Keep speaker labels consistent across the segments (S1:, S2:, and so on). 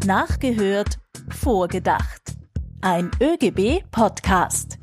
S1: Nachgehört, vorgedacht. Ein ÖGB-Podcast.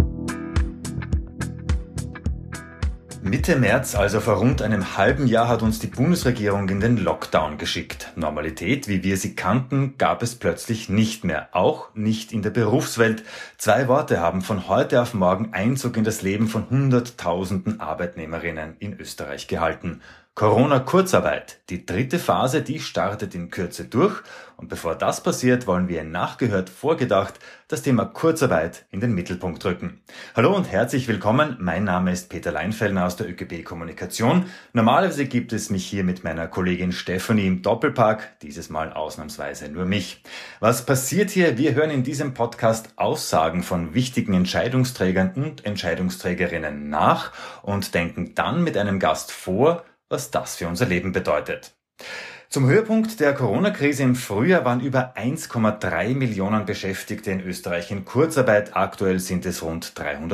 S2: Mitte März, also vor rund einem halben Jahr, hat uns die Bundesregierung in den Lockdown geschickt. Normalität, wie wir sie kannten, gab es plötzlich nicht mehr. Auch nicht in der Berufswelt. 2 Worte haben von heute auf morgen Einzug in das Leben von Hunderttausenden Arbeitnehmerinnen in Österreich gehalten. Corona-Kurzarbeit. Die 3. Phase, die startet in Kürze durch. Und bevor das passiert, wollen wir nachgehört, vorgedacht das Thema Kurzarbeit in den Mittelpunkt rücken. Hallo und herzlich willkommen. Mein Name ist Peter Leinfellner aus der ÖGB Kommunikation. Normalerweise gibt es mich hier mit meiner Kollegin Stefanie im Doppelpack, dieses Mal ausnahmsweise nur mich. Was passiert hier? Wir hören in diesem Podcast Aussagen von wichtigen Entscheidungsträgern und Entscheidungsträgerinnen nach und denken dann mit einem Gast vor, was das für unser Leben bedeutet. Zum Höhepunkt der Corona-Krise im Frühjahr waren über 1,3 Millionen Beschäftigte in Österreich in Kurzarbeit. Aktuell sind es rund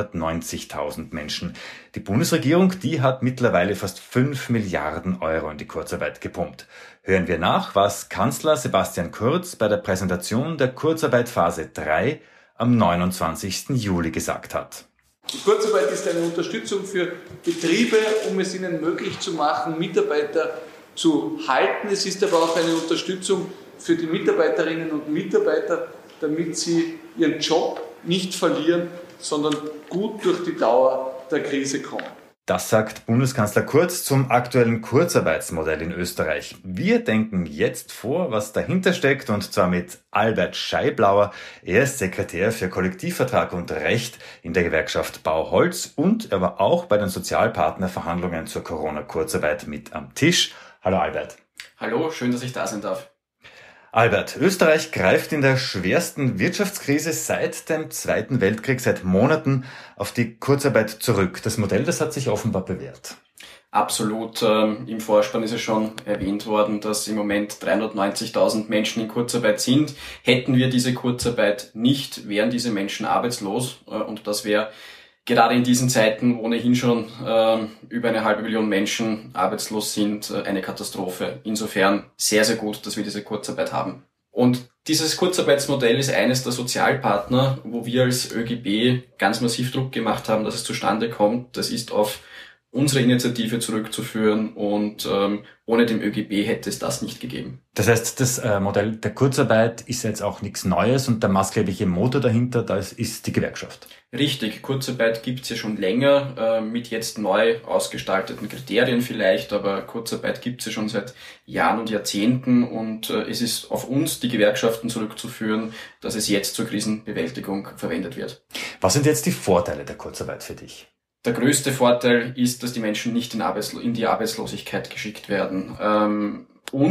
S2: 390.000 Menschen. Die Bundesregierung, die hat mittlerweile fast 5 Milliarden Euro in die Kurzarbeit gepumpt. Hören wir nach, was Kanzler Sebastian Kurz bei der Präsentation der Kurzarbeit Phase 3 am 29. Juli gesagt hat.
S3: Die Kurzarbeit ist eine Unterstützung für Betriebe, um es ihnen möglich zu machen, Mitarbeiter zu halten. Es ist aber auch eine Unterstützung für die Mitarbeiterinnen und Mitarbeiter, damit sie ihren Job nicht verlieren, sondern gut durch die Dauer der Krise kommen.
S2: Das sagt Bundeskanzler Kurz zum aktuellen Kurzarbeitsmodell in Österreich. Wir denken jetzt vor, was dahinter steckt, und zwar mit Albert Scheiblauer. Er ist Sekretär für Kollektivvertrag und Recht in der Gewerkschaft Bauholz und er war auch bei den Sozialpartnerverhandlungen zur Corona-Kurzarbeit mit am Tisch. Hallo Albert.
S4: Hallo, schön, dass ich da sein darf.
S2: Albert, Österreich greift in der schwersten Wirtschaftskrise seit dem Zweiten Weltkrieg, seit Monaten, auf die Kurzarbeit zurück. Das Modell, das hat sich offenbar bewährt.
S4: Absolut. Im Vorspann ist es schon erwähnt worden, dass im Moment 390.000 Menschen in Kurzarbeit sind. Hätten wir diese Kurzarbeit nicht, wären diese Menschen arbeitslos. Und das wäre gerade in diesen Zeiten, wo ohnehin schon über 500.000 Menschen arbeitslos sind, eine Katastrophe. Insofern sehr, sehr gut, dass wir diese Kurzarbeit haben. Und dieses Kurzarbeitsmodell ist eines der Sozialpartner, wo wir als ÖGB ganz massiv Druck gemacht haben, dass es zustande kommt. Das ist auf unsere Initiative zurückzuführen und ohne dem ÖGB hätte es das nicht gegeben.
S2: Das heißt, das Modell der Kurzarbeit ist jetzt auch nichts Neues und der maßgebliche Motor dahinter, das ist die Gewerkschaft.
S4: Richtig, Kurzarbeit gibt's ja schon länger, mit jetzt neu ausgestalteten Kriterien vielleicht, aber Kurzarbeit gibt's ja schon seit Jahren und Jahrzehnten und es ist auf uns, die Gewerkschaften, zurückzuführen, dass es jetzt zur Krisenbewältigung verwendet wird.
S2: Was sind jetzt die Vorteile der Kurzarbeit für dich?
S4: Der größte Vorteil ist, dass die Menschen nicht in die Arbeitslosigkeit geschickt werden.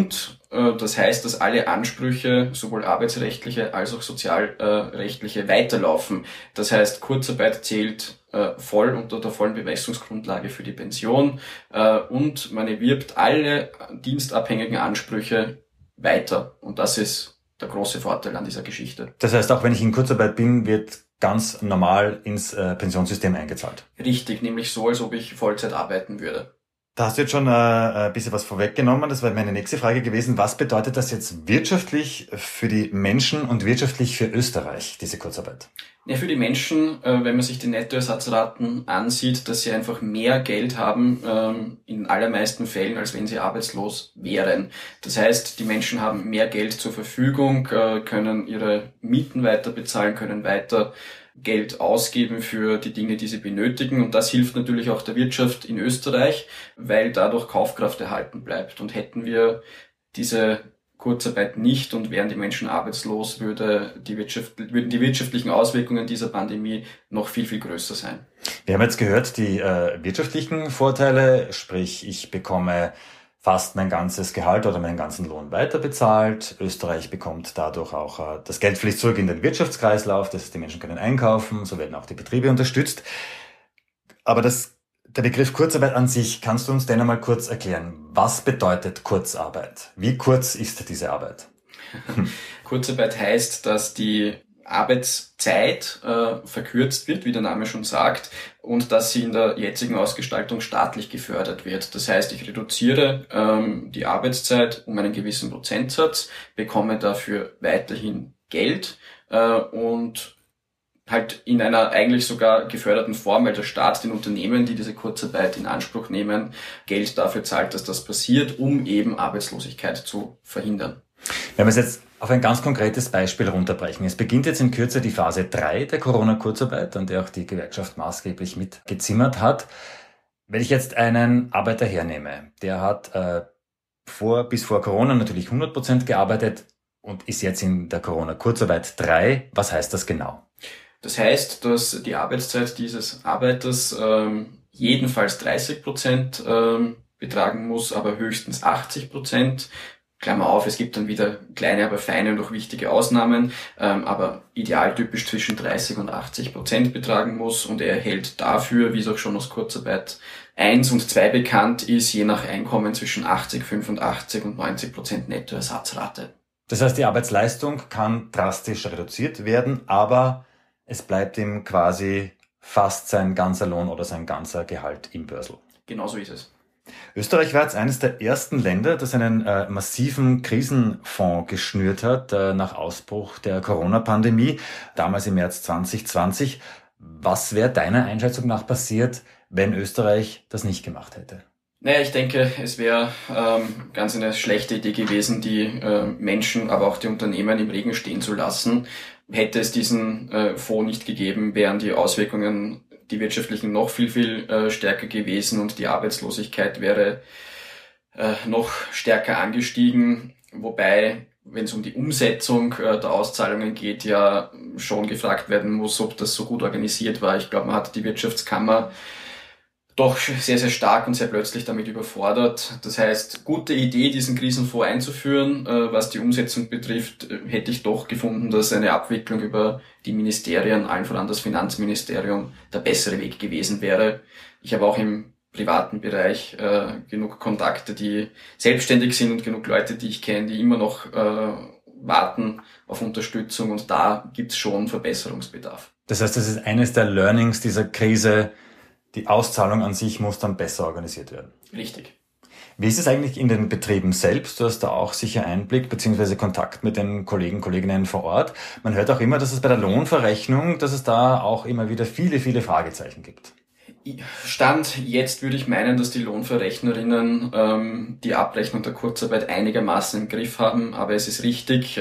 S4: Das heißt, dass alle Ansprüche, sowohl arbeitsrechtliche als auch sozialrechtliche, weiterlaufen. Das heißt, Kurzarbeit zählt voll unter der vollen Bemessungsgrundlage für die Pension und man erwirbt alle dienstabhängigen Ansprüche weiter. Und das ist der große Vorteil an dieser Geschichte.
S2: Das heißt, auch wenn ich in Kurzarbeit bin, wird ganz normal ins Pensionssystem eingezahlt.
S4: Richtig, nämlich so, als ob ich Vollzeit arbeiten würde.
S2: Da hast du jetzt schon ein bisschen was vorweggenommen. Das wäre meine nächste Frage gewesen. Was bedeutet das jetzt wirtschaftlich für die Menschen und wirtschaftlich für Österreich, diese Kurzarbeit?
S4: Ja, für die Menschen, wenn man sich die Nettoersatzraten ansieht, dass sie einfach mehr Geld haben, in allermeisten Fällen, als wenn sie arbeitslos wären. Das heißt, die Menschen haben mehr Geld zur Verfügung, können ihre Mieten weiter bezahlen, können weiter Geld ausgeben für die Dinge, die sie benötigen. Und das hilft natürlich auch der Wirtschaft in Österreich, weil dadurch Kaufkraft erhalten bleibt. Und hätten wir diese Kurzarbeit nicht und wären die Menschen arbeitslos, würden die wirtschaftlichen Auswirkungen dieser Pandemie noch viel, viel größer sein.
S2: Wir haben jetzt gehört, die wirtschaftlichen Vorteile, sprich ich bekomme fast mein ganzes Gehalt oder meinen ganzen Lohn weiterbezahlt. Österreich bekommt dadurch auch das Geld fließt zurück in den Wirtschaftskreislauf, das heißt, die Menschen können einkaufen, so werden auch die Betriebe unterstützt. Aber der Begriff Kurzarbeit an sich, kannst du uns den einmal kurz erklären? Was bedeutet Kurzarbeit? Wie kurz ist diese Arbeit?
S4: Kurzarbeit heißt, dass die Arbeitszeit verkürzt wird, wie der Name schon sagt, und dass sie in der jetzigen Ausgestaltung staatlich gefördert wird. Das heißt, ich reduziere die Arbeitszeit um einen gewissen Prozentsatz, bekomme dafür weiterhin Geld und halt in einer eigentlich sogar geförderten Form, weil der Staat den Unternehmen, die diese Kurzarbeit in Anspruch nehmen, Geld dafür zahlt, dass das passiert, um eben Arbeitslosigkeit zu verhindern.
S2: Wenn wir es jetzt auf ein ganz konkretes Beispiel runterbrechen. Es beginnt jetzt in Kürze die Phase 3 der Corona-Kurzarbeit, an der auch die Gewerkschaft maßgeblich mitgezimmert hat. Wenn ich jetzt einen Arbeiter hernehme, der hat bis vor Corona natürlich 100% gearbeitet und ist jetzt in der Corona-Kurzarbeit 3, was heißt das genau?
S4: Das heißt, dass die Arbeitszeit dieses Arbeiters jedenfalls 30% betragen muss, aber höchstens 80%. Klammer auf, es gibt dann wieder kleine, aber feine und auch wichtige Ausnahmen, aber idealtypisch zwischen 30 und 80% betragen muss, und er erhält dafür, wie es auch schon aus Kurzarbeit 1 und 2 bekannt ist, je nach Einkommen zwischen 80, 85 und 90% Nettoersatzrate.
S2: Das heißt, die Arbeitsleistung kann drastisch reduziert werden, aber es bleibt ihm quasi fast sein ganzer Lohn oder sein ganzer Gehalt im Börsel.
S4: Genau so ist es.
S2: Österreich war jetzt eines der ersten Länder, das einen massiven Krisenfonds geschnürt hat nach Ausbruch der Corona-Pandemie, damals im März 2020. Was wäre deiner Einschätzung nach passiert, wenn Österreich das nicht gemacht hätte?
S4: Naja, ich denke, es wäre ganz eine schlechte Idee gewesen, die Menschen, aber auch die Unternehmen im Regen stehen zu lassen. Hätte es diesen Fonds nicht gegeben, wären die Auswirkungen, die wirtschaftlichen, noch viel stärker gewesen und die Arbeitslosigkeit wäre noch stärker angestiegen. Wobei, wenn es um die Umsetzung der Auszahlungen geht, ja schon gefragt werden muss, ob das so gut organisiert war. Ich glaube, man hat die Wirtschaftskammer doch sehr, sehr stark und sehr plötzlich damit überfordert. Das heißt, gute Idee, diesen Krisenfonds einzuführen. Was die Umsetzung betrifft, hätte ich doch gefunden, dass eine Abwicklung über die Ministerien, allen voran das Finanzministerium, der bessere Weg gewesen wäre. Ich habe auch im privaten Bereich genug Kontakte, die selbstständig sind, und genug Leute, die ich kenne, die immer noch warten auf Unterstützung, und da gibt's schon Verbesserungsbedarf.
S2: Das heißt, das ist eines der Learnings dieser Krise. Die Auszahlung an sich muss dann besser organisiert werden.
S4: Richtig.
S2: Wie ist es eigentlich in den Betrieben selbst? Du hast da auch sicher Einblick bzw. Kontakt mit den Kollegen, Kolleginnen vor Ort. Man hört auch immer, dass es bei der Lohnverrechnung, dass es da auch immer wieder viele, viele Fragezeichen gibt.
S4: Stand jetzt würde ich meinen, dass die Lohnverrechnerinnen die Abrechnung der Kurzarbeit einigermaßen im Griff haben, aber es ist richtig,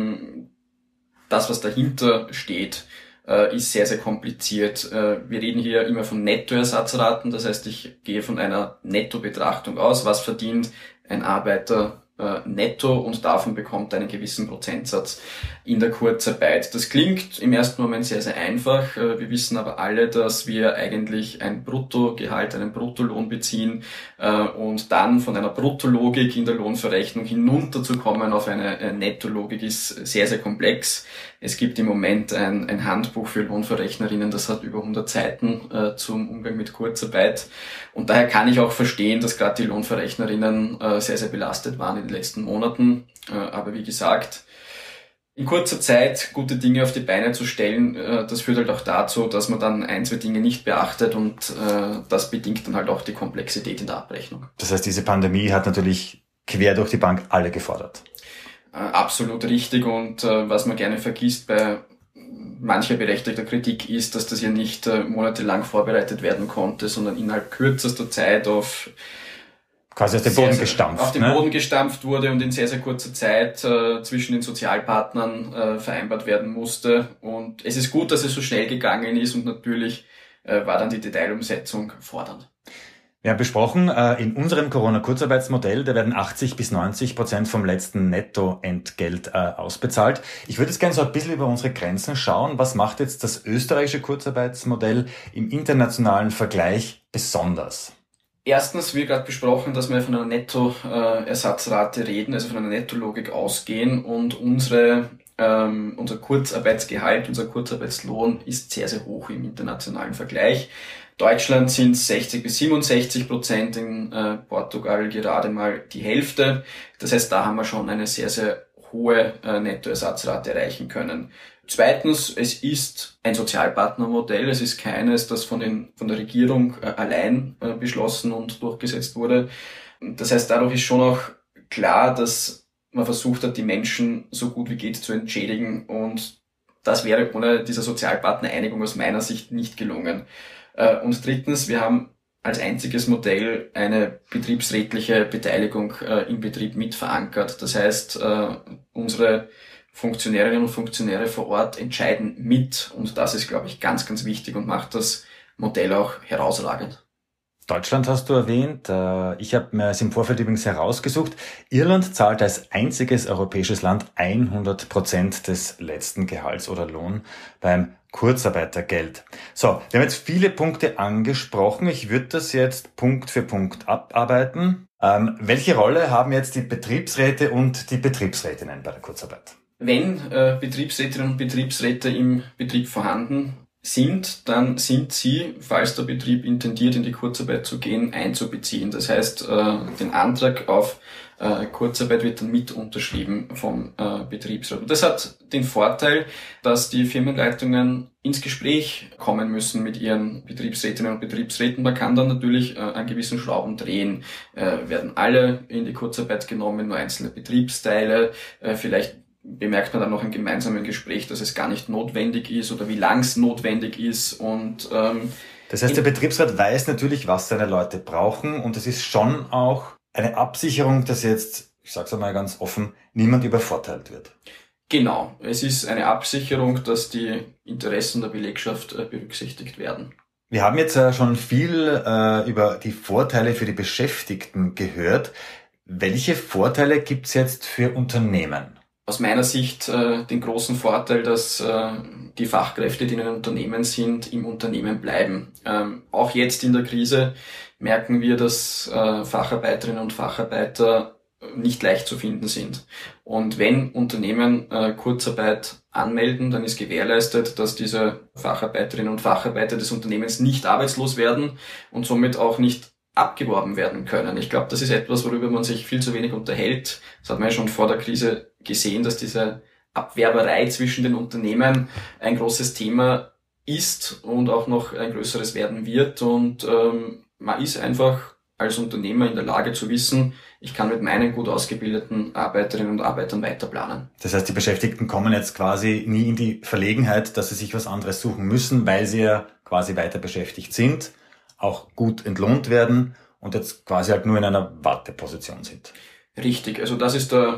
S4: das, was dahinter steht, ist sehr, sehr kompliziert. Wir reden hier immer von Nettoersatzraten, das heißt, ich gehe von einer Nettobetrachtung aus, was verdient ein Arbeiter netto, und davon bekommt er einen gewissen Prozentsatz in der Kurzarbeit. Das klingt im ersten Moment sehr, sehr einfach. Wir wissen aber alle, dass wir eigentlich ein Bruttogehalt, einen Bruttolohn beziehen, und dann von einer Bruttologik in der Lohnverrechnung hinunterzukommen auf eine Nettologik ist sehr, sehr komplex. Es gibt im Moment ein Handbuch für Lohnverrechnerinnen, das hat über 100 Seiten zum Umgang mit Kurzarbeit. Und daher kann ich auch verstehen, dass gerade die Lohnverrechnerinnen sehr, sehr belastet waren in den letzten Monaten. Aber wie gesagt, in kurzer Zeit gute Dinge auf die Beine zu stellen, das führt halt auch dazu, dass man dann ein, zwei Dinge nicht beachtet, und das bedingt dann halt auch die Komplexität in der Abrechnung.
S2: Das heißt, diese Pandemie hat natürlich quer durch die Bank alle gefordert.
S4: Absolut richtig, und was man gerne vergisst bei mancher berechtigter Kritik ist, dass das ja nicht monatelang vorbereitet werden konnte, sondern innerhalb kürzester Zeit
S2: quasi aus dem Boden gestampft.
S4: Auf den Boden gestampft wurde und in sehr, sehr kurzer Zeit zwischen den Sozialpartnern vereinbart werden musste. Und es ist gut, dass es so schnell gegangen ist, und natürlich war dann die Detailumsetzung fordernd.
S2: Wir haben besprochen, in unserem Corona-Kurzarbeitsmodell, da werden 80-90% vom letzten Nettoentgelt ausbezahlt. Ich würde jetzt gerne so ein bisschen über unsere Grenzen schauen. Was macht jetzt das österreichische Kurzarbeitsmodell im internationalen Vergleich besonders?
S4: Erstens, wie gerade besprochen, dass wir von einer Nettoersatzrate reden, also von einer Nettologik ausgehen, und unser Kurzarbeitsgehalt, unser Kurzarbeitslohn ist sehr, sehr hoch im internationalen Vergleich. Deutschland sind 60-67%, in Portugal gerade mal die Hälfte. Das heißt, da haben wir schon eine sehr, sehr hohe Nettoersatzrate erreichen können. Zweitens, es ist ein Sozialpartnermodell. Es ist keines, das von der Regierung allein beschlossen und durchgesetzt wurde. Das heißt, dadurch ist schon auch klar, dass man versucht hat, die Menschen so gut wie geht zu entschädigen, und das wäre ohne dieser Sozialpartnereinigung aus meiner Sicht nicht gelungen. Und drittens, wir haben als einziges Modell eine betriebsrätliche Beteiligung im Betrieb mit verankert. Das heißt, unsere Funktionärinnen und Funktionäre vor Ort entscheiden mit, und das ist, glaube ich, ganz, ganz wichtig und macht das Modell auch herausragend.
S2: Deutschland hast du erwähnt. Ich habe mir es im Vorfeld übrigens herausgesucht. Irland zahlt als einziges europäisches Land 100% des letzten Gehalts oder Lohn beim Kurzarbeitergeld. So, wir haben jetzt viele Punkte angesprochen. Ich würde das jetzt Punkt für Punkt abarbeiten. Welche Rolle haben jetzt die Betriebsräte und die Betriebsrätinnen bei der Kurzarbeit?
S4: Wenn Betriebsrätinnen und Betriebsräte im Betrieb vorhanden sind, dann sind sie, falls der Betrieb intendiert, in die Kurzarbeit zu gehen, einzubeziehen. Das heißt, den Antrag auf Kurzarbeit wird dann mit unterschrieben vom Betriebsrat. Und das hat den Vorteil, dass die Firmenleitungen ins Gespräch kommen müssen mit ihren Betriebsrätinnen und Betriebsräten. Man kann dann natürlich an gewissen Schrauben drehen. Werden alle in die Kurzarbeit genommen, nur einzelne Betriebsteile, vielleicht bemerkt man dann noch im gemeinsamen Gespräch, dass es gar nicht notwendig ist oder wie lang es notwendig ist. Und
S2: das heißt, der Betriebsrat weiß natürlich, was seine Leute brauchen, und es ist schon auch eine Absicherung, dass jetzt, ich sage es einmal ganz offen, niemand übervorteilt wird.
S4: Genau, es ist eine Absicherung, dass die Interessen der Belegschaft berücksichtigt werden.
S2: Wir haben jetzt schon viel über die Vorteile für die Beschäftigten gehört. Welche Vorteile gibt's jetzt für Unternehmen?
S4: Aus meiner Sicht den großen Vorteil, dass die Fachkräfte, die in einem Unternehmen sind, im Unternehmen bleiben. Auch jetzt in der Krise merken wir, dass Facharbeiterinnen und Facharbeiter nicht leicht zu finden sind. Und wenn Unternehmen Kurzarbeit anmelden, dann ist gewährleistet, dass diese Facharbeiterinnen und Facharbeiter des Unternehmens nicht arbeitslos werden und somit auch nicht abgeworben werden können. Ich glaube, das ist etwas, worüber man sich viel zu wenig unterhält. Das hat man ja schon vor der Krise gesehen, dass diese Abwerberei zwischen den Unternehmen ein großes Thema ist und auch noch ein größeres werden wird. Und man ist einfach als Unternehmer in der Lage zu wissen, ich kann mit meinen gut ausgebildeten Arbeiterinnen und Arbeitern weiterplanen.
S2: Das heißt, die Beschäftigten kommen jetzt quasi nie in die Verlegenheit, dass sie sich was anderes suchen müssen, weil sie ja quasi weiter beschäftigt sind, auch gut entlohnt werden und jetzt quasi halt nur in einer Warteposition sind.
S4: Richtig, also das ist der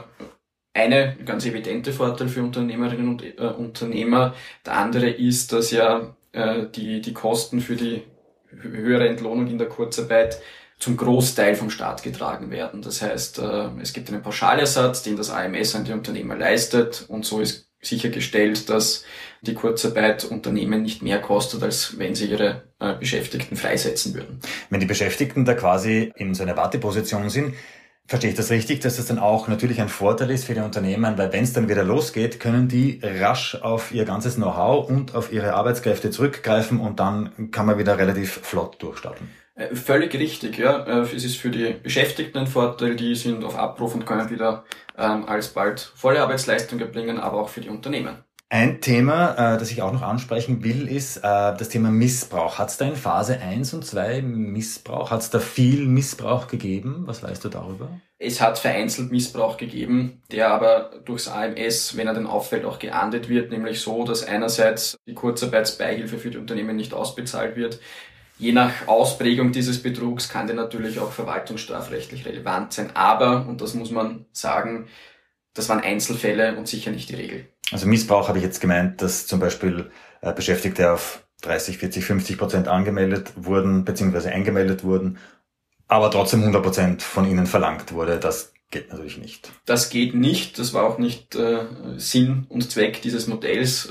S4: eine ganz evidente Vorteil für Unternehmerinnen und Unternehmer. Der andere ist, dass ja die Kosten für die höhere Entlohnung in der Kurzarbeit zum Großteil vom Staat getragen werden. Das heißt, es gibt einen Pauschalersatz, den das AMS an die Unternehmer leistet, und so ist sichergestellt, dass die Kurzarbeit Unternehmen nicht mehr kostet, als wenn sie ihre Beschäftigten freisetzen würden.
S2: Wenn die Beschäftigten da quasi in so einer Warteposition sind, verstehe ich das richtig, dass das dann auch natürlich ein Vorteil ist für die Unternehmen, weil wenn es dann wieder losgeht, können die rasch auf ihr ganzes Know-how und auf ihre Arbeitskräfte zurückgreifen, und dann kann man wieder relativ flott durchstarten.
S4: Völlig richtig, ja. Es ist für die Beschäftigten ein Vorteil, die sind auf Abruf und können wieder alsbald volle Arbeitsleistung erbringen, aber auch für die Unternehmen.
S2: Ein Thema, das ich auch noch ansprechen will, ist das Thema Missbrauch. Hat es da in Phase 1 und 2 Missbrauch? Hat es da viel Missbrauch gegeben? Was weißt du darüber?
S4: Es hat vereinzelt Missbrauch gegeben, der aber durchs AMS, wenn er denn auffällt, auch geahndet wird, nämlich so, dass einerseits die Kurzarbeitsbeihilfe für die Unternehmen nicht ausbezahlt wird. Je nach Ausprägung dieses Betrugs kann der natürlich auch verwaltungsstrafrechtlich relevant sein. Aber, und das muss man sagen, das waren Einzelfälle und sicher nicht die Regel.
S2: Also Missbrauch habe ich jetzt gemeint, dass zum Beispiel Beschäftigte auf 30, 40, 50% angemeldet wurden, beziehungsweise eingemeldet wurden, aber trotzdem 100% von ihnen verlangt wurde. Das geht natürlich nicht.
S4: Das geht nicht. Das war auch nicht Sinn und Zweck dieses Modells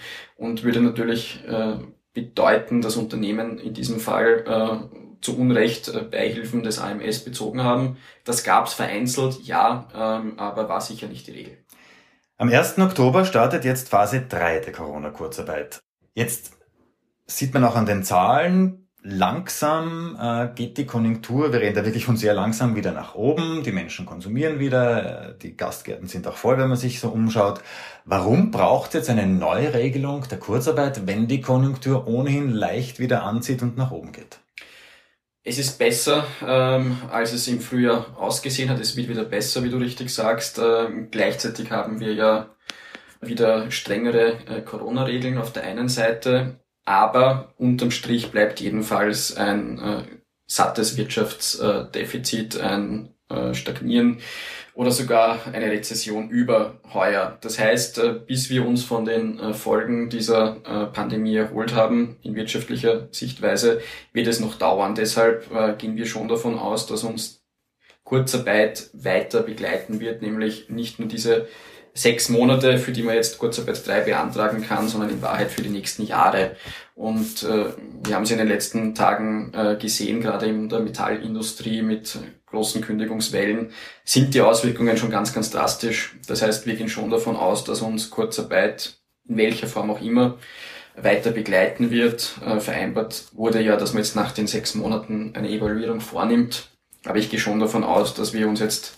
S4: und würde natürlich bedeuten, dass Unternehmen in diesem Fall zu Unrecht Beihilfen des AMS bezogen haben. Das gab es vereinzelt, ja, aber war sicher nicht die Regel.
S2: Am 1. Oktober startet jetzt Phase 3 der Corona-Kurzarbeit. Jetzt sieht man auch an den Zahlen, Langsam geht die Konjunktur, wir reden da wirklich von sehr langsam, wieder nach oben. Die Menschen konsumieren wieder, die Gastgärten sind auch voll, wenn man sich so umschaut. Warum braucht es jetzt eine Neuregelung der Kurzarbeit, wenn die Konjunktur ohnehin leicht wieder anzieht und nach oben geht?
S4: Es ist besser, als es im Frühjahr ausgesehen hat. Es wird wieder besser, wie du richtig sagst. Gleichzeitig haben wir ja wieder strengere Corona-Regeln auf der einen Seite. Aber unterm Strich bleibt jedenfalls ein sattes Wirtschaftsdefizit, ein Stagnieren oder sogar eine Rezession über heuer. Das heißt, bis wir uns von den Folgen dieser Pandemie erholt haben, in wirtschaftlicher Sichtweise, wird es noch dauern. Deshalb gehen wir schon davon aus, dass uns Kurzarbeit weiter begleiten wird, nämlich nicht nur diese 6 Monate, für die man jetzt Kurzarbeit 3 beantragen kann, sondern in Wahrheit für die nächsten Jahre. Und wir haben es in den letzten Tagen gesehen, gerade in der Metallindustrie mit großen Kündigungswellen, sind die Auswirkungen schon ganz, ganz drastisch. Das heißt, wir gehen schon davon aus, dass uns Kurzarbeit, in welcher Form auch immer, weiter begleiten wird. Vereinbart wurde ja, dass man jetzt nach den 6 Monaten eine Evaluierung vornimmt. Aber ich gehe schon davon aus, dass wir uns jetzt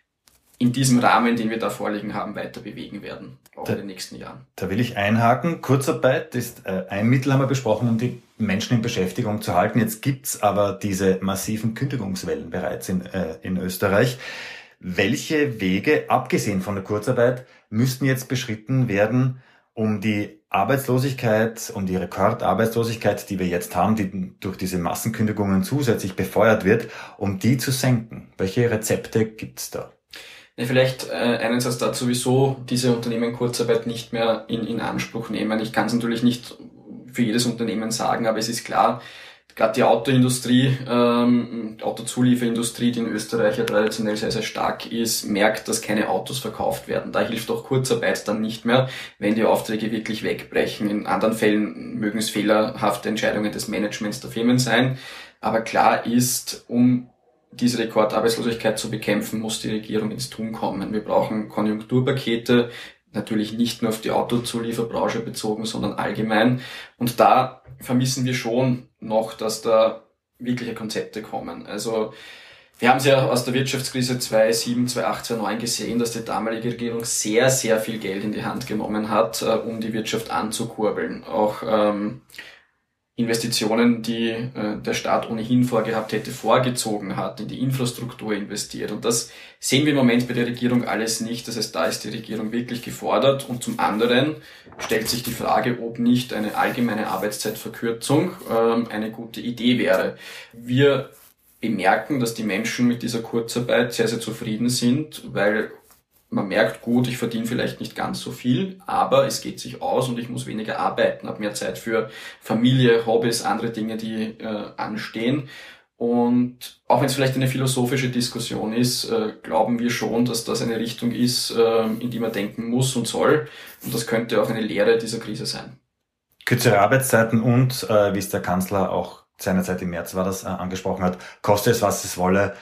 S4: in diesem Rahmen, den wir da vorliegen haben, weiter bewegen werden, auch in den nächsten Jahren.
S2: Da will ich einhaken. Kurzarbeit ist ein Mittel, haben wir besprochen, um die Menschen in Beschäftigung zu halten. Jetzt gibt's aber diese massiven Kündigungswellen bereits in Österreich. Welche Wege, abgesehen von der Kurzarbeit, müssten jetzt beschritten werden, um die Arbeitslosigkeit, um die Rekordarbeitslosigkeit, die wir jetzt haben, die durch diese Massenkündigungen zusätzlich befeuert wird, um die zu senken? Welche Rezepte gibt's da?
S4: Ja, vielleicht einen Satz dazu, wieso diese Unternehmen Kurzarbeit nicht mehr in Anspruch nehmen. Ich kann es natürlich nicht für jedes Unternehmen sagen, aber es ist klar, gerade die Autoindustrie, Autozulieferindustrie, die in Österreich ja traditionell sehr, sehr stark ist, merkt, dass keine Autos verkauft werden. Da hilft auch Kurzarbeit dann nicht mehr, wenn die Aufträge wirklich wegbrechen. In anderen Fällen mögen es fehlerhafte Entscheidungen des Managements der Firmen sein. Aber klar ist, um diese Rekordarbeitslosigkeit zu bekämpfen, muss die Regierung ins Tun kommen. Wir brauchen Konjunkturpakete, natürlich nicht nur auf die Autozulieferbranche bezogen, sondern allgemein. Und da vermissen wir schon noch, dass da wirkliche Konzepte kommen. Also wir haben es ja aus der Wirtschaftskrise 2007, 2008, 2009 gesehen, dass die damalige Regierung sehr, sehr viel Geld in die Hand genommen hat, um die Wirtschaft anzukurbeln. Auch Investitionen, die der Staat ohnehin vorgehabt hätte, vorgezogen hat, in die Infrastruktur investiert. Und das sehen wir im Moment bei der Regierung alles nicht. Das heißt, da ist die Regierung wirklich gefordert. Und zum anderen stellt sich die Frage, ob nicht eine allgemeine Arbeitszeitverkürzung eine gute Idee wäre. Wir bemerken, dass die Menschen mit dieser Kurzarbeit sehr, sehr zufrieden sind, weil man merkt, gut, ich verdiene vielleicht nicht ganz so viel, aber es geht sich aus und ich muss weniger arbeiten, habe mehr Zeit für Familie, Hobbys, andere Dinge, die anstehen. Und auch wenn es vielleicht eine philosophische Diskussion ist, glauben wir schon, dass das eine Richtung ist, in die man denken muss und soll. Und das könnte auch eine Lehre dieser Krise sein.
S2: Kürzere Arbeitszeiten und, wie es der Kanzler auch seinerzeit im März war, das angesprochen hat, koste es, was es wolle,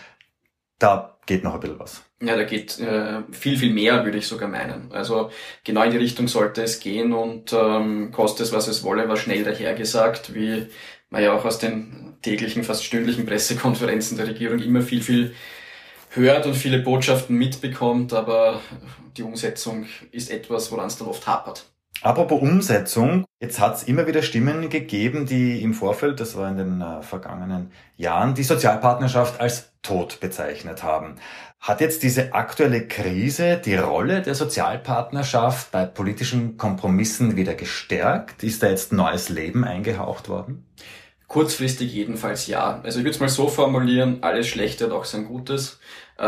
S2: da geht noch ein bisschen was.
S4: Ja, da geht viel, viel mehr, würde ich sogar meinen. Also genau in die Richtung sollte es gehen und koste es, was es wolle, war schnell dahergesagt, wie man ja auch aus den täglichen, fast stündlichen Pressekonferenzen der Regierung immer viel, viel hört und viele Botschaften mitbekommt, aber die Umsetzung ist etwas, woran es dann oft hapert.
S2: Apropos Umsetzung, jetzt hat es immer wieder Stimmen gegeben, die im Vorfeld, das war in den vergangenen Jahren, die Sozialpartnerschaft als tot bezeichnet haben. Hat jetzt diese aktuelle Krise die Rolle der Sozialpartnerschaft bei politischen Kompromissen wieder gestärkt? Ist da jetzt neues Leben eingehaucht worden?
S4: Kurzfristig jedenfalls ja. Also ich würde es mal so formulieren, alles Schlechte hat auch sein Gutes.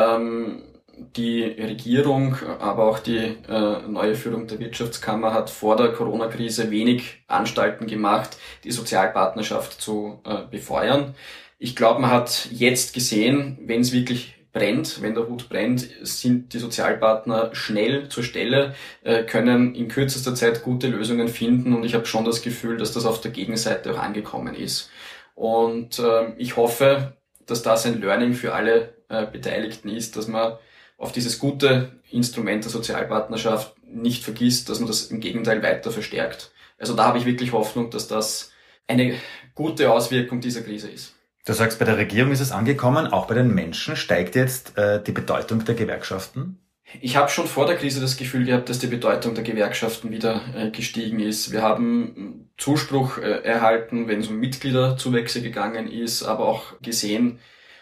S4: Die Regierung, aber auch die neue Führung der Wirtschaftskammer hat vor der Corona-Krise wenig Anstalten gemacht, die Sozialpartnerschaft zu befeuern. Ich glaube, man hat jetzt gesehen, wenn es wirklich brennt, wenn der Hut brennt, sind die Sozialpartner schnell zur Stelle, können in kürzester Zeit gute Lösungen finden und ich habe schon das Gefühl, dass das auf der Gegenseite auch angekommen ist. Und ich hoffe, dass das ein Learning für alle Beteiligten ist, dass man auf dieses gute Instrument der Sozialpartnerschaft nicht vergisst, dass man das im Gegenteil weiter verstärkt. Also da habe ich wirklich Hoffnung, dass das eine gute Auswirkung dieser Krise ist.
S2: Du sagst, bei der Regierung ist es angekommen, auch bei den Menschen. Steigt jetzt die Bedeutung der Gewerkschaften?
S4: Ich habe schon vor der Krise das Gefühl gehabt, dass die Bedeutung der Gewerkschaften wieder gestiegen ist. Wir haben Zuspruch erhalten, wenn es um Mitgliederzuwächse gegangen ist, aber auch gesehen,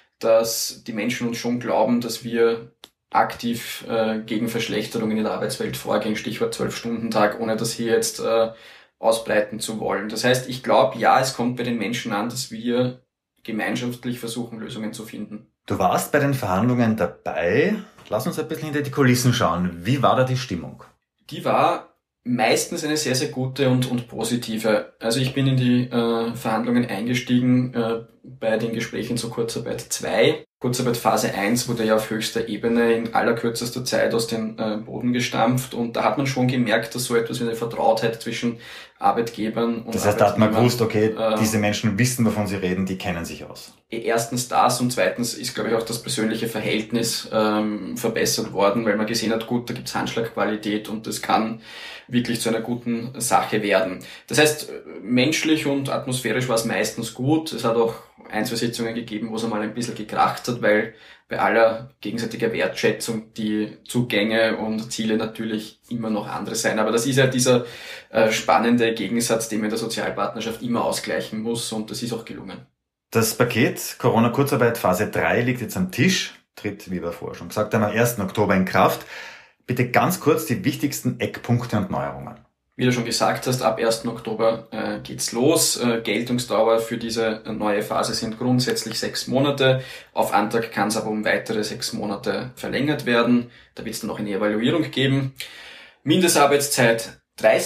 S4: dass die Menschen uns schon glauben, dass wir aktiv gegen Verschlechterungen in der Arbeitswelt vorgehen, Stichwort 12-Stunden-Tag, ohne das hier jetzt ausbreiten zu wollen. Das heißt, ich glaube, ja, es kommt bei den Menschen an, dass wir gemeinschaftlich versuchen, Lösungen zu finden.
S2: Du warst bei den Verhandlungen dabei. Lass uns ein bisschen hinter die Kulissen schauen. Wie war da die Stimmung?
S4: Die war meistens eine sehr, sehr gute und positive. Also ich bin in die Verhandlungen eingestiegen bei den Gesprächen zur Kurzarbeit 2. Kurzarbeit Phase 1 wurde ja auf höchster Ebene in allerkürzester Zeit aus dem Boden gestampft und da hat man schon gemerkt, dass so etwas wie eine Vertrautheit zwischen Arbeitgebern und
S2: Das heißt, da hat man gewusst, okay, diese Menschen wissen, wovon sie reden, die kennen sich aus.
S4: Erstens das und zweitens ist, glaube ich, auch das persönliche Verhältnis verbessert worden, weil man gesehen hat, gut, da gibt's Handschlagqualität und das kann wirklich zu einer guten Sache werden. Das heißt, menschlich und atmosphärisch war es meistens gut. Es hat auch 1, 2 Sitzungen gegeben, wo es einmal ein bisschen gekracht hat, weil bei aller gegenseitiger Wertschätzung die Zugänge und Ziele natürlich immer noch andere sein. Aber das ist ja dieser spannende Gegensatz, den man in der Sozialpartnerschaft immer ausgleichen muss und das ist auch gelungen.
S2: Das Paket Corona-Kurzarbeit Phase 3 liegt jetzt am Tisch, tritt, wie wir vorher schon gesagt haben, am 1. Oktober in Kraft. Bitte ganz kurz die wichtigsten Eckpunkte und Neuerungen.
S4: Wie du schon gesagt hast, ab 1. Oktober geht's los. Geltungsdauer für diese neue Phase sind grundsätzlich 6 Monate. Auf Antrag kann es aber um weitere 6 Monate verlängert werden. Da wird es dann noch eine Evaluierung geben. Mindestarbeitszeit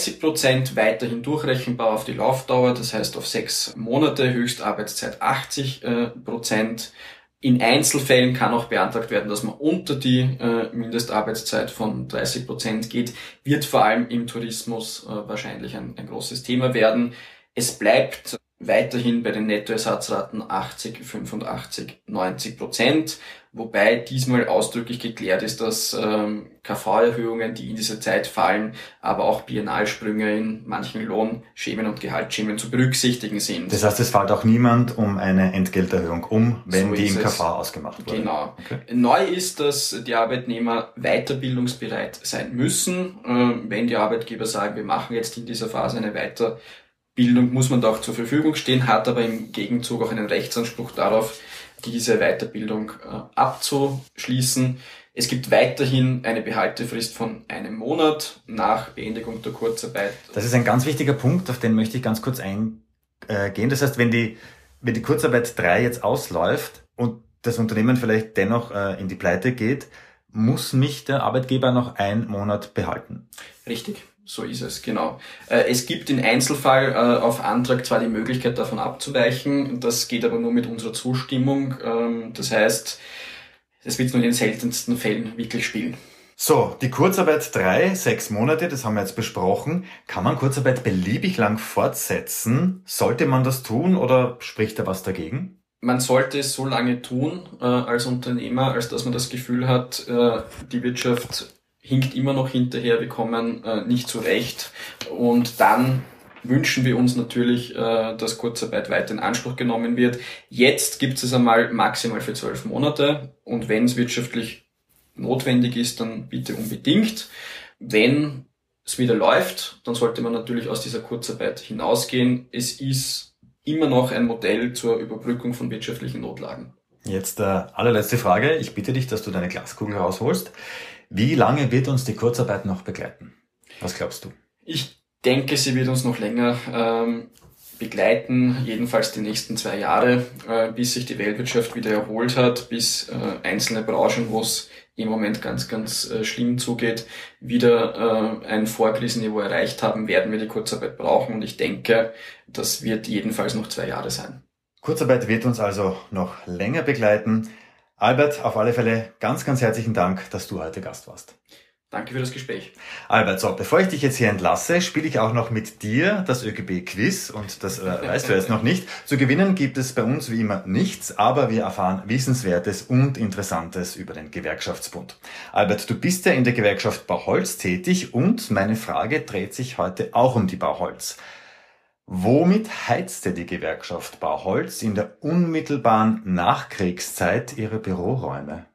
S4: 30%, weiterhin durchrechenbar auf die Laufdauer, das heißt auf 6 Monate, Höchstarbeitszeit 80%. In Einzelfällen kann auch beantragt werden, dass man unter die Mindestarbeitszeit von 30% geht, wird vor allem im Tourismus wahrscheinlich ein großes Thema werden. Es bleibt weiterhin bei den Nettoersatzraten 80, 85, 90%, wobei diesmal ausdrücklich geklärt ist, dass KV-Erhöhungen, die in diese Zeit fallen, aber auch Biennalsprünge in manchen Lohnschemen und Gehaltsschemen zu berücksichtigen sind.
S2: Das heißt, es fällt auch niemand um eine Entgelterhöhung wenn so die im KV ausgemacht wurde.
S4: Genau. Okay. Neu ist, dass die Arbeitnehmer weiterbildungsbereit sein müssen. Wenn die Arbeitgeber sagen, wir machen jetzt in dieser Phase eine Weiterbildung, muss man da auch zur Verfügung stehen, hat aber im Gegenzug auch einen Rechtsanspruch darauf, diese Weiterbildung abzuschließen. Es gibt weiterhin eine Behaltefrist von 1 Monat nach Beendigung der Kurzarbeit.
S2: Das ist ein ganz wichtiger Punkt, auf den möchte ich ganz kurz eingehen. Das heißt, wenn die Kurzarbeit 3 jetzt ausläuft und das Unternehmen vielleicht dennoch in die Pleite geht, muss mich der Arbeitgeber noch 1 Monat behalten.
S4: Richtig. So ist es, genau. Es gibt im Einzelfall auf Antrag zwar die Möglichkeit, davon abzuweichen, das geht aber nur mit unserer Zustimmung. Das heißt, es wird nur in den seltensten Fällen wirklich spielen.
S2: So, die Kurzarbeit 3, 6 Monate, das haben wir jetzt besprochen. Kann man Kurzarbeit beliebig lang fortsetzen? Sollte man das tun oder spricht da was dagegen?
S4: Man sollte es so lange tun als Unternehmer, als dass man das Gefühl hat, die Wirtschaft hinkt immer noch hinterher, wir kommen nicht zurecht und dann wünschen wir uns natürlich, dass Kurzarbeit weiter in Anspruch genommen wird. Jetzt gibt es einmal maximal für 12 Monate und wenn es wirtschaftlich notwendig ist, dann bitte unbedingt. Wenn es wieder läuft, dann sollte man natürlich aus dieser Kurzarbeit hinausgehen. Es ist immer noch ein Modell zur Überbrückung von wirtschaftlichen Notlagen.
S2: Jetzt allerletzte Frage. Ich bitte dich, dass du deine Glaskugel rausholst. Wie lange wird uns die Kurzarbeit noch begleiten? Was glaubst du?
S4: Ich denke, sie wird uns noch länger begleiten, jedenfalls die nächsten 2 Jahre, bis sich die Weltwirtschaft wieder erholt hat, bis einzelne Branchen, wo es im Moment ganz, ganz schlimm zugeht, wieder ein Vorkrisenniveau erreicht haben, werden wir die Kurzarbeit brauchen. Und ich denke, das wird jedenfalls noch 2 Jahre sein.
S2: Kurzarbeit wird uns also noch länger begleiten. Albert, auf alle Fälle ganz, ganz herzlichen Dank, dass du heute Gast warst.
S4: Danke für das Gespräch.
S2: Albert, so, bevor ich dich jetzt hier entlasse, spiele ich auch noch mit dir das ÖGB-Quiz und das weißt du jetzt noch nicht. Zu gewinnen gibt es bei uns wie immer nichts, aber wir erfahren Wissenswertes und Interessantes über den Gewerkschaftsbund. Albert, du bist ja in der Gewerkschaft Bauholz tätig und meine Frage dreht sich heute auch um die Bauholz. Womit heizte die Gewerkschaft Bauholz in der unmittelbaren Nachkriegszeit ihre Büroräume?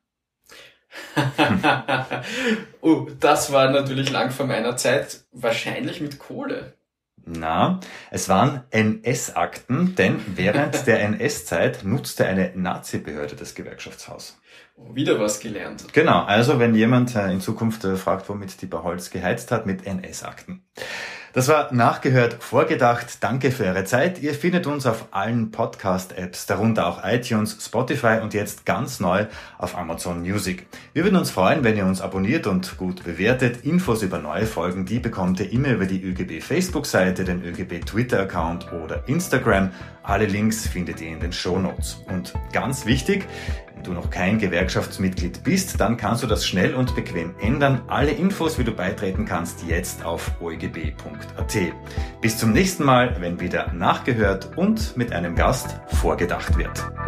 S4: Das war natürlich lang vor meiner Zeit. Wahrscheinlich mit Kohle.
S2: Na, es waren NS-Akten, denn während der NS-Zeit nutzte eine Nazi-Behörde das Gewerkschaftshaus.
S4: Wieder was gelernt.
S2: Genau, also wenn jemand in Zukunft fragt, womit die Bauholz geheizt hat, mit NS-Akten. Das war Nachgehört, vorgedacht. Danke für eure Zeit. Ihr findet uns auf allen Podcast-Apps, darunter auch iTunes, Spotify und jetzt ganz neu auf Amazon Music. Wir würden uns freuen, wenn ihr uns abonniert und gut bewertet. Infos über neue Folgen, die bekommt ihr immer über die ÖGB Facebook-Seite, den ÖGB Twitter-Account oder Instagram. Alle Links findet ihr in den Shownotes. Und ganz wichtig, wenn du noch kein Gewerkschaftsmitglied bist, dann kannst du das schnell und bequem ändern. Alle Infos, wie du beitreten kannst, jetzt auf oegb.at. Bis zum nächsten Mal, wenn wieder nachgehört und mit einem Gast vorgedacht wird.